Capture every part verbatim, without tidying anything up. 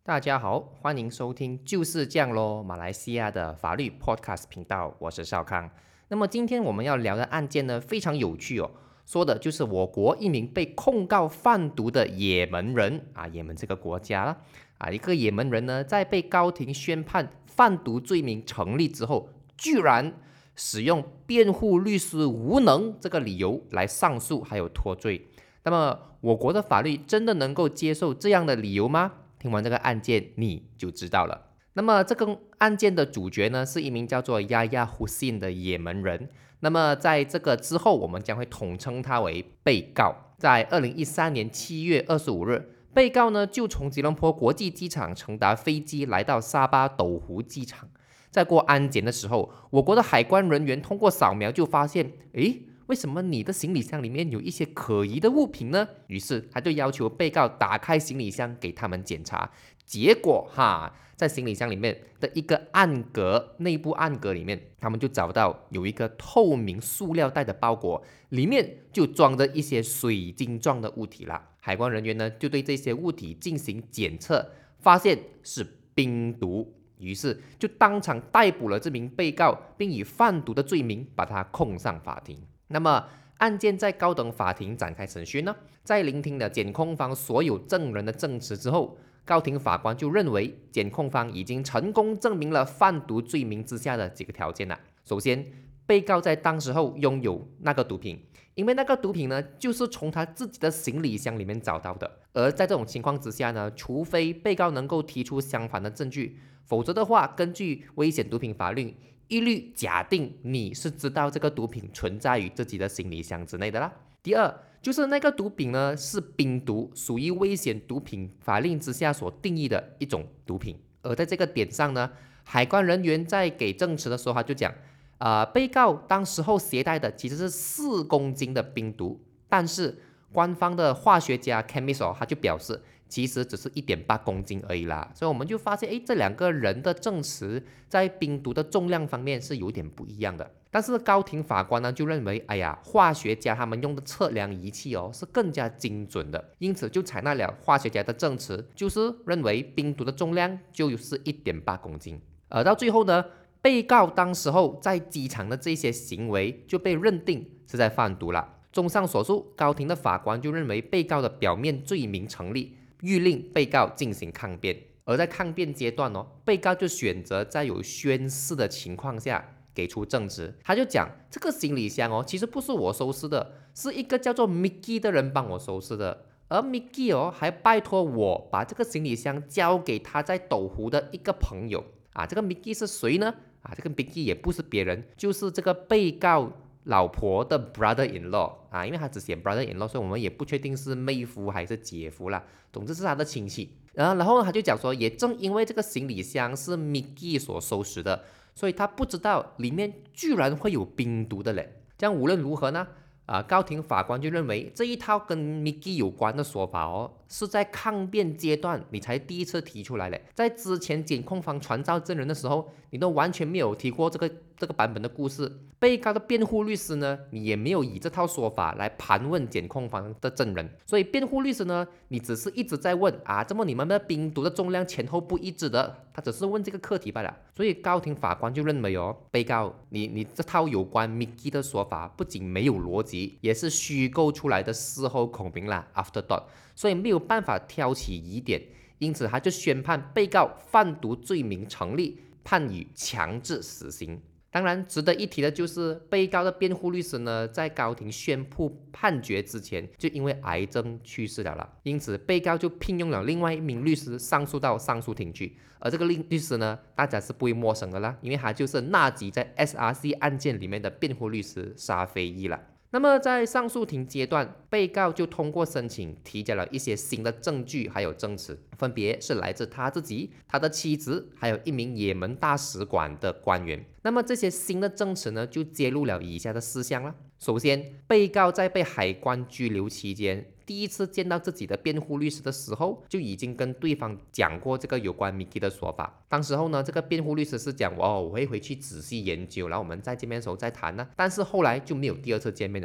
大家好，欢迎收听就是这样咯，马来西亚的法律 Podcast 频道，我是少康。那么今天我们要聊的案件呢，非常有趣哦，说的就是我国一名被控告贩毒的也门人啊，也门这个国家啦啊，一个也门人呢，在被高庭宣判贩毒罪名成立之后，居然使用辩护律师无能这个理由来上诉还有脱罪。那么我国的法律真的能够接受这样的理由吗？听完这个案件你就知道了。那么这个案件的主角呢，是一名叫做亚亚胡信的也门人。那么在这个之后，我们将会统称他为被告。在二零一三年七月二十五日，被告呢就从吉隆坡国际机场乘搭飞机来到沙巴斗湖机场。在过安检的时候，我国的海关人员通过扫描就发现，诶，为什么你的行李箱里面有一些可疑的物品呢？于是他就要求被告打开行李箱给他们检查。结果哈，在行李箱里面的一个暗格，内部暗格里面，他们就找到有一个透明塑料袋的包裹，里面就装着一些水晶状的物体啦。海关人员呢就对这些物体进行检测，发现是冰毒。于是就当场逮捕了这名被告，并以贩毒的罪名把他控上法庭。那么案件在高等法庭展开审讯呢，在聆听了检控方所有证人的证词之后，高庭法官就认为检控方已经成功证明了贩毒罪名之下的几个条件了。首先，被告在当时候拥有那个毒品，因为那个毒品呢，就是从他自己的行李箱里面找到的。而在这种情况之下呢，除非被告能够提出相反的证据，否则的话，根据危险毒品法律，一律假定你是知道这个毒品存在于自己的行李箱之内的啦。第二，就是那个毒品呢是冰毒，属于危险毒品法令之下所定义的一种毒品。而在这个点上呢，海关人员在给证词的时候，他就讲，呃，被告当时候携带的其实是四公斤的冰毒，但是官方的化学家 chemist 他就表示，其实只是 一点八公斤而已啦。所以我们就发现，诶，这两个人的证词在冰毒的重量方面是有点不一样的。但是高庭法官呢就认为，哎呀，化学家他们用的测量仪器哦是更加精准的，因此就采纳了化学家的证词，就是认为冰毒的重量就是 一点八公斤。而到最后呢，被告当时候在机场的这些行为就被认定是在贩毒了。综上所述，高庭的法官就认为被告的表面罪名成立，谕令被告进行抗辩。而在抗辩阶段哦，被告就选择在有宣誓的情况下给出证词。他就讲，这个行李箱哦，其实不是我收拾的，是一个叫做 Mickey 的人帮我收拾的。而 Mickey 哦，还拜托我把这个行李箱交给他在斗湖的一个朋友啊。这个 Mickey 是谁呢？啊，这个 Mickey 也不是别人，就是这个被告老婆的 brother-in-law 啊，因为他只写 brother-in-law， 所以我们也不确定是妹夫还是姐夫啦。总之是他的亲戚。然后，然后他就讲说，也正因为这个行李箱是 Mickey 所收拾的，所以他不知道里面居然会有冰毒的嘞。这样无论如何呢，啊，高庭法官就认为这一套跟 Mickey 有关的说法哦，是在抗辩阶段你才第一次提出来嘞。在之前检控方传召证人的时候，你都完全没有提过这个这个版本的故事。被告的辩护律师呢，你也没有以这套说法来盘问检控方的证人。所以辩护律师呢，你只是一直在问啊，怎么你们的冰毒的重量前后不一致的？他只是问这个课题罢了。所以高庭法官就认为哦，被告你你这套有关 Mickey 的说法不仅没有逻辑，也是虚构出来的事后孔明啦 afterthought， 所以没有办法挑起疑点，因此他就宣判被告贩毒罪名成立，判予强制死刑。当然，值得一提的就是，被告的辩护律师呢，在高庭宣布判决之前，就因为癌症去世了了，因此被告就聘用了另外一名律师上诉到上诉庭去。而这个律师呢，大家是不会陌生的啦，因为他就是纳吉在 S R C 案件里面的辩护律师沙菲伊了。那么在上诉庭阶段，被告就通过申请提交了一些新的证据还有证词，分别是来自他自己、他的妻子，还有一名也门大使馆的官员。那么这些新的证词呢，就揭露了以下的事项啦。首先，被告在被海关拘留期间，第一次见到自己的辩护律师的时候，就已经跟对方讲过这个有关 Mickey 的说法。当时候呢，这个辩护律师是讲，哦，我会回去仔细研究，然后我们再见面的时候再谈呢。但是后来就没有第二次见面了啦。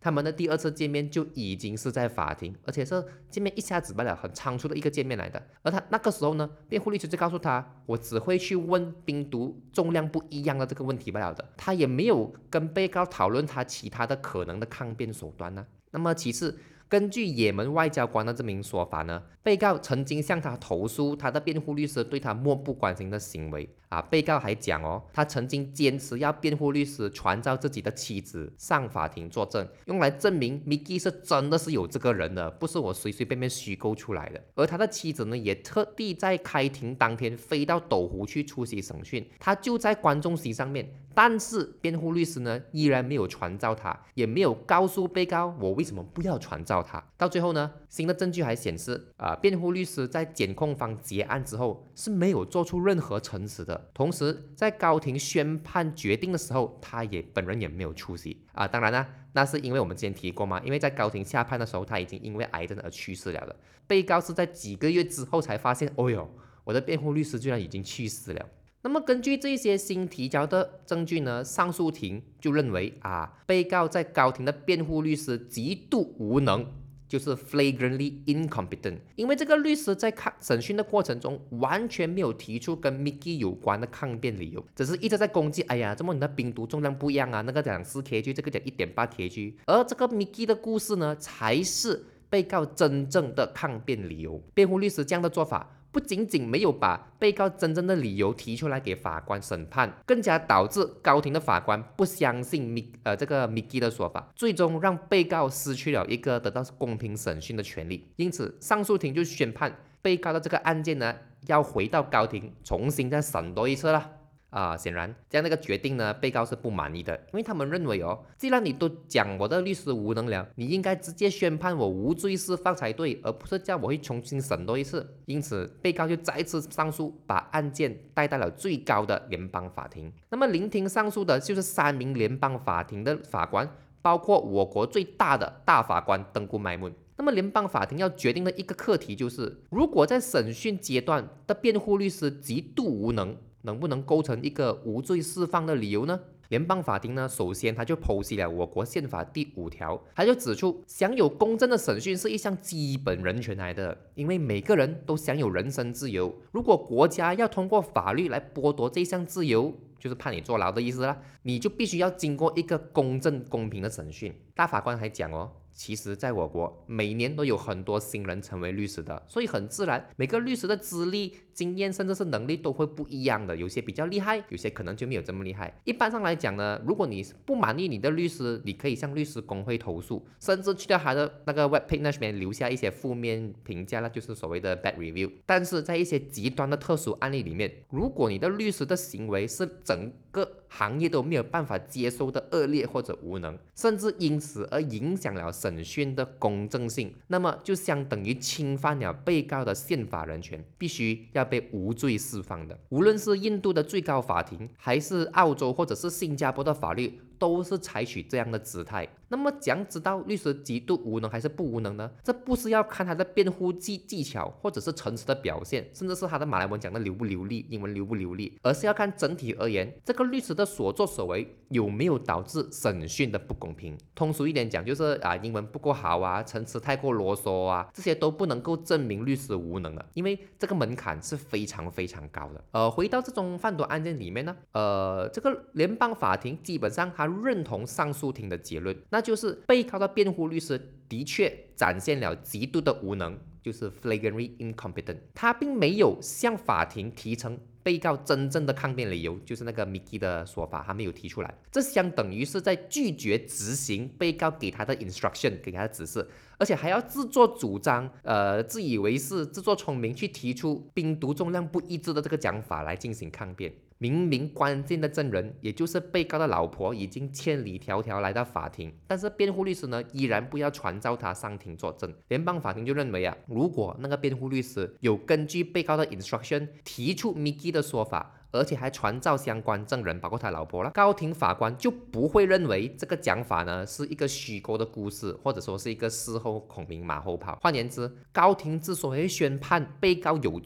他们的第二次见面就已经是在法庭，而且是见面一下子罢了，很仓促的一个见面来的。而他那个时候呢，辩护律师就告诉他，我只会去问冰毒重量不一样的这个问题罢了的，他也没有跟被告讨论他其他的可能的抗辩手段呢。那么其次，根据也门外交官的这名说法呢，被告曾经向他投诉他的辩护律师对他漠不关心的行为啊。被告还讲哦，他曾经坚持要辩护律师传召自己的妻子上法庭作证，用来证明 Mickey 是真的是有这个人的，不是我随随便便虚构出来的。而他的妻子呢，也特地在开庭当天飞到斗湖去出席审讯，他就在观众席上面。但是辩护律师呢，依然没有传召他，也没有告诉被告我为什么不要传召他。到最后呢，新的证据还显示，啊、呃，辩护律师在检控方结案之后是没有做出任何陈词的。同时，在高庭宣判决定的时候，他也本人也没有出席啊。当然啦，那是因为我们之前提过嘛，因为在高庭下判的时候，他已经因为癌症而去世了的。被告是在几个月之后才发现，哦哟，我的辩护律师居然已经去世了。那么根据这些新提交的证据呢，上诉庭就认为啊，被告在高庭的辩护律师极度无能，就是 flagrantly incompetent， 因为这个律师在审讯的过程中完全没有提出跟 Mickey 有关的抗辩理由，只是一直在攻击，哎呀，怎么你的冰毒重量不一样啊？那个讲四 kg， 这个讲 一点八 kg， 而这个 Mickey 的故事呢，才是被告真正的抗辩理由。辩护律师这样的做法，不仅仅没有把被告真正的理由提出来给法官审判，更加导致高庭的法官不相信 Mickey, 呃这个 Mickey 的说法，最终让被告失去了一个得到公平审讯的权利。因此，上诉庭就宣判被告的这个案件呢，要回到高庭重新再审多一次了。啊、呃，显然这样的一个决定呢，被告是不满意的，因为他们认为哦，既然你都讲我的律师无能了，你应该直接宣判我无罪释放才对，而不是叫我去重新审多一次。因此，被告就再次上诉，把案件带到了最高的联邦法庭。那么，聆听上诉的就是三名联邦法庭的法官，包括我国最大的大法官登古麦门。那么联邦法庭要决定的一个课题就是，如果在审讯阶段的辩护律师极度无能，能不能构成一个无罪释放的理由呢？联邦法庭呢，首先他就剖析了我国宪法第五条，他就指出，享有公正的审讯是一项基本人权来的，因为每个人都享有人身自由。如果国家要通过法律来剥夺这项自由，就是判你坐牢的意思啦，你就必须要经过一个公正公平的审讯。大法官还讲哦，其实在我国每年都有很多新人成为律师的，所以很自然，每个律师的资历、经验甚至是能力都会不一样的，有些比较厉害，有些可能就没有这么厉害。一般上来讲呢，如果你不满意你的律师，你可以向律师公会投诉，甚至去到他的那个 web page 那边留下一些负面评价，那就是所谓的 bad review。但是在一些极端的特殊案例里面，如果你的律师的行为是整个行业都没有办法接受的恶劣或者无能，甚至因此而影响了审讯的公正性，那么就相等于侵犯了被告的宪法人权，必须要被无罪释放的。无论是印度的最高法庭，还是澳洲或者是新加坡的法律，都是采取这样的姿态。那么怎样知道律师极度无能还是不无能呢？这不是要看他的辩护技技巧，或者是陈词的表现，甚至是他的马来文讲的流不流利，英文流不流利，而是要看整体而言，这个律师的所作所为有没有导致审讯的不公平。通俗一点讲，就是啊，英文不够好啊，陈词太过啰嗦啊，这些都不能够证明律师无能的，因为这个门槛是非常非常高的。呃，回到这种贩毒案件里面呢，呃，这个联邦法庭基本上他认同上诉庭的结论，那就是被告的辩护律师的确展现了极度的无能，就是 flagrantly incompetent。他并没有向法庭提成被告真正的抗辩理由，就是那个 Mickey 的说法，他没有提出来，这相等于是在拒绝执行被告给他的 instruction， 给他的指示，而且还要自作主张，呃，自以为是、自作聪明去提出冰毒重量不一致的这个讲法来进行抗辩。明明关键的证人，也就是被告的老婆，已经千里迢迢来到法庭，但是辩护律师呢，依然不要传召他上庭作证。联邦法庭就认为啊，如果那个辩护律师有根据被告的 instruction 提出 Mickey 的说法，而且还传召相关证人，包括他老婆了，高庭法官就不会认为这个讲法呢是一个虚构的故事，或者说是一个事后孔明马后炮。换言之，高庭之所以宣判被告有罪，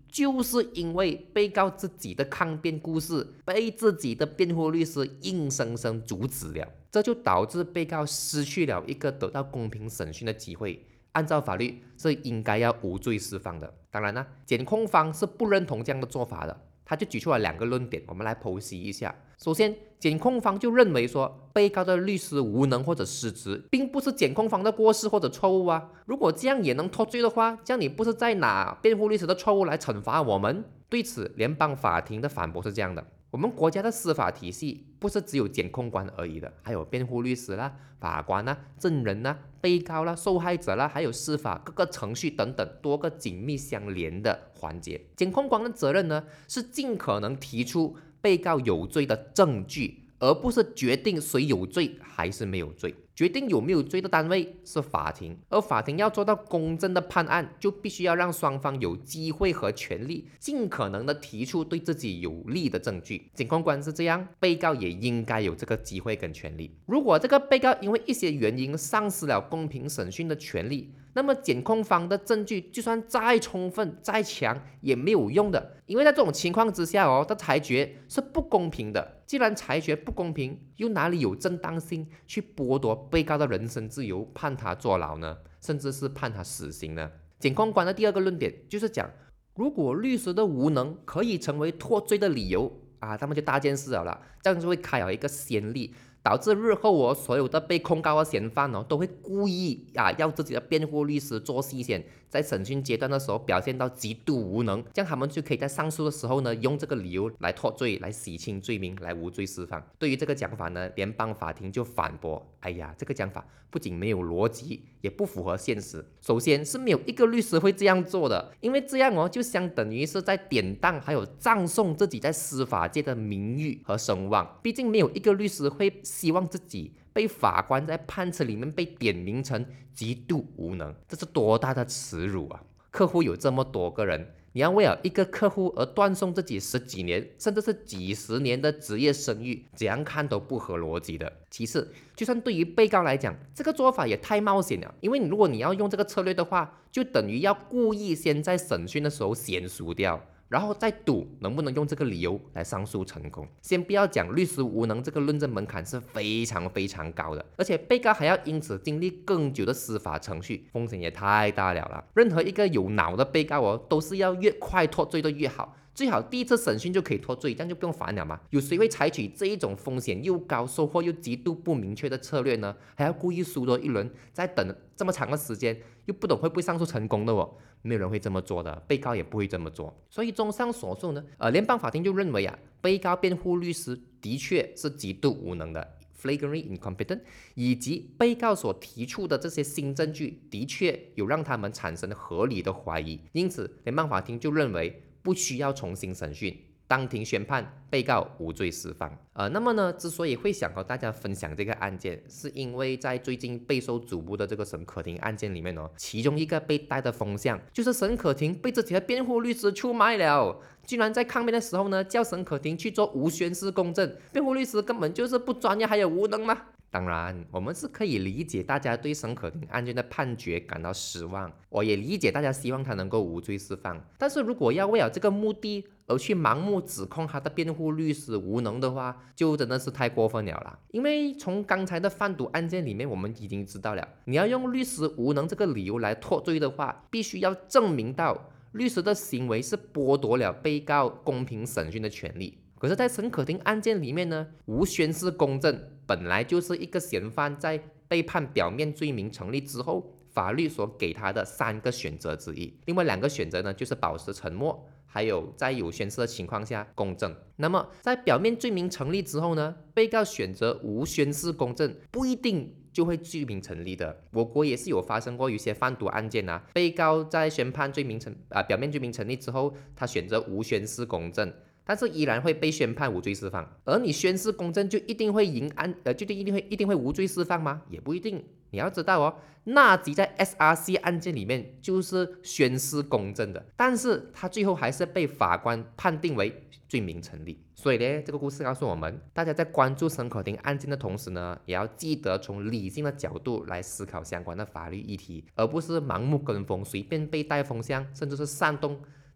就是因为被告自己的抗辩故事被自己的辩护律师硬生生阻止了，这就导致被告失去了一个得到公平审讯的机会。按照法律是应该要无罪释放的。当然呢，检控方是不认同这样的做法的，他就举出了两个论点，我们来剖析一下。首先，检控方就认为说，被告的律师无能或者失职，并不是检控方的过失或者错误啊。如果这样也能脱罪的话，这样你不是在拿辩护律师的错误来惩罚我们？对此，联邦法庭的反驳是这样的：我们国家的司法体系不是只有检控官而已的，还有辩护律师啦、法官啦、证人啦、被告啦、受害者啦，还有司法各个程序等等多个紧密相连的环节。检控官的责任呢，是尽可能提出被告有罪的证据，而不是决定谁有罪还是没有罪。决定有没有罪的单位是法庭，而法庭要做到公正的判案，就必须要让双方有机会和权利尽可能的提出对自己有利的证据。检控官是这样，被告也应该有这个机会跟权利。如果这个被告因为一些原因丧失了公平审讯的权利，那么检控方的证据就算再充分再强也没有用的，因为在这种情况之下哦，的裁决是不公平的。既然裁决不公平，又哪里有正当性去剥夺被告的人身自由，判他坐牢呢？甚至是判他死刑呢？检控官的第二个论点就是讲，如果律师的无能可以成为脱罪的理由啊，他们就大件事了啦，这样就会开了一个先例，导致日后哦，所有的被控告的嫌犯哦，都会故意啊要自己的辩护律师做戏先，在审讯阶段的时候表现到极度无能，这样他们就可以在上诉的时候呢，用这个理由来脱罪，来洗清罪名，来无罪释放。对于这个讲法呢，联邦法庭就反驳：哎呀，这个讲法不仅没有逻辑，也不符合现实。首先是没有一个律师会这样做的，因为这样哦，就相等于是在典当还有葬送自己在司法界的名誉和声望。毕竟没有一个律师会希望自己被法官在判词里面被点名成极度无能，这是多大的耻辱啊！客户有这么多个人，你要为了一个客户而断送自己十几年甚至是几十年的职业声誉，怎样看都不合逻辑的。其次，就算对于被告来讲，这个做法也太冒险了，因为如果你要用这个策略的话，就等于要故意先在审讯的时候先输掉，然后再赌能不能用这个理由来上诉成功。先不要讲律师无能这个论证门槛是非常非常高的，而且被告还要因此经历更久的司法程序，风险也太大了啦。任何一个有脑的被告哦，都是要越快脱罪的越好，最好第一次审讯就可以脱罪，这样就不用烦了嘛。有谁会采取这一种风险又高、收获又极度不明确的策略呢？还要故意输多一轮，再等这么长的时间，又不懂会不会上诉成功的哦？没有人会这么做的，被告也不会这么做。所以综上所述呢，呃，联邦法庭就认为啊，被告辩护律师的确是极度无能的 ，flagrantly incompetent， 以及被告所提出的这些新证据的确有让他们产生合理的怀疑，因此联邦法庭就认为不需要重新审讯，当庭宣判被告无罪释放。呃，那么呢，之所以会想和大家分享这个案件，是因为在最近备受瞩目的这个沈可婷案件里面哦，其中一个被带的风向就是沈可婷被自己的辩护律师出卖了，居然在抗辩的时候呢，叫沈可婷去做无宣誓公证，辩护律师根本就是不专业还有无能吗？当然，我们是可以理解大家对沈可婷案件的判决感到失望，我也理解大家希望他能够无罪释放。但是如果要为了这个目的而去盲目指控他的辩护律师无能的话，就真的是太过分了啦。因为从刚才的贩毒案件里面，我们已经知道了，你要用律师无能这个理由来脱罪的话，必须要证明到律师的行为是剥夺了被告公平审讯的权利。可是，在沈可婷案件里面呢，无宣誓公证本来就是一个嫌犯在被判表面罪名成立之后，法律所给他的三个选择之一。另外两个选择呢，就是保持沉默，还有在有宣誓的情况下公证。那么在表面罪名成立之后呢，被告选择无宣誓公证，不一定就会罪名成立的。我国也是有发生过有些贩毒案件啊，被告在宣判罪名成啊、呃、表面罪名成立之后，他选择无宣誓公证，但是依然会被宣判无罪释放。而你宣誓公证就一定会赢案，呃，就一定会一定会无罪释放吗？也不一定。你要知道哦，纳吉在 S R C 案件里面就是宣誓公证的，但是他最后还是被法官判定为罪名成立。所以呢，这个故事告诉我们，大家在关注沈可婷案件的同时呢，也要记得从理性的角度来思考相关的法律议题，而不是盲目跟风，随便被带风向，甚至是煽动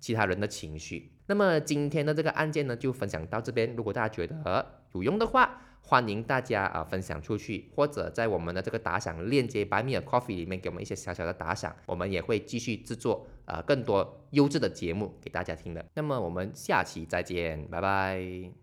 其他人的情绪。那么今天的这个案件呢，就分享到这边。如果大家觉得有用的话，欢迎大家啊、呃、分享出去，或者在我们的这个打赏链接 Buy Me a Coffee 里面给我们一些小小的打赏，我们也会继续制作呃更多优质的节目给大家听的。那么我们下期再见，拜拜。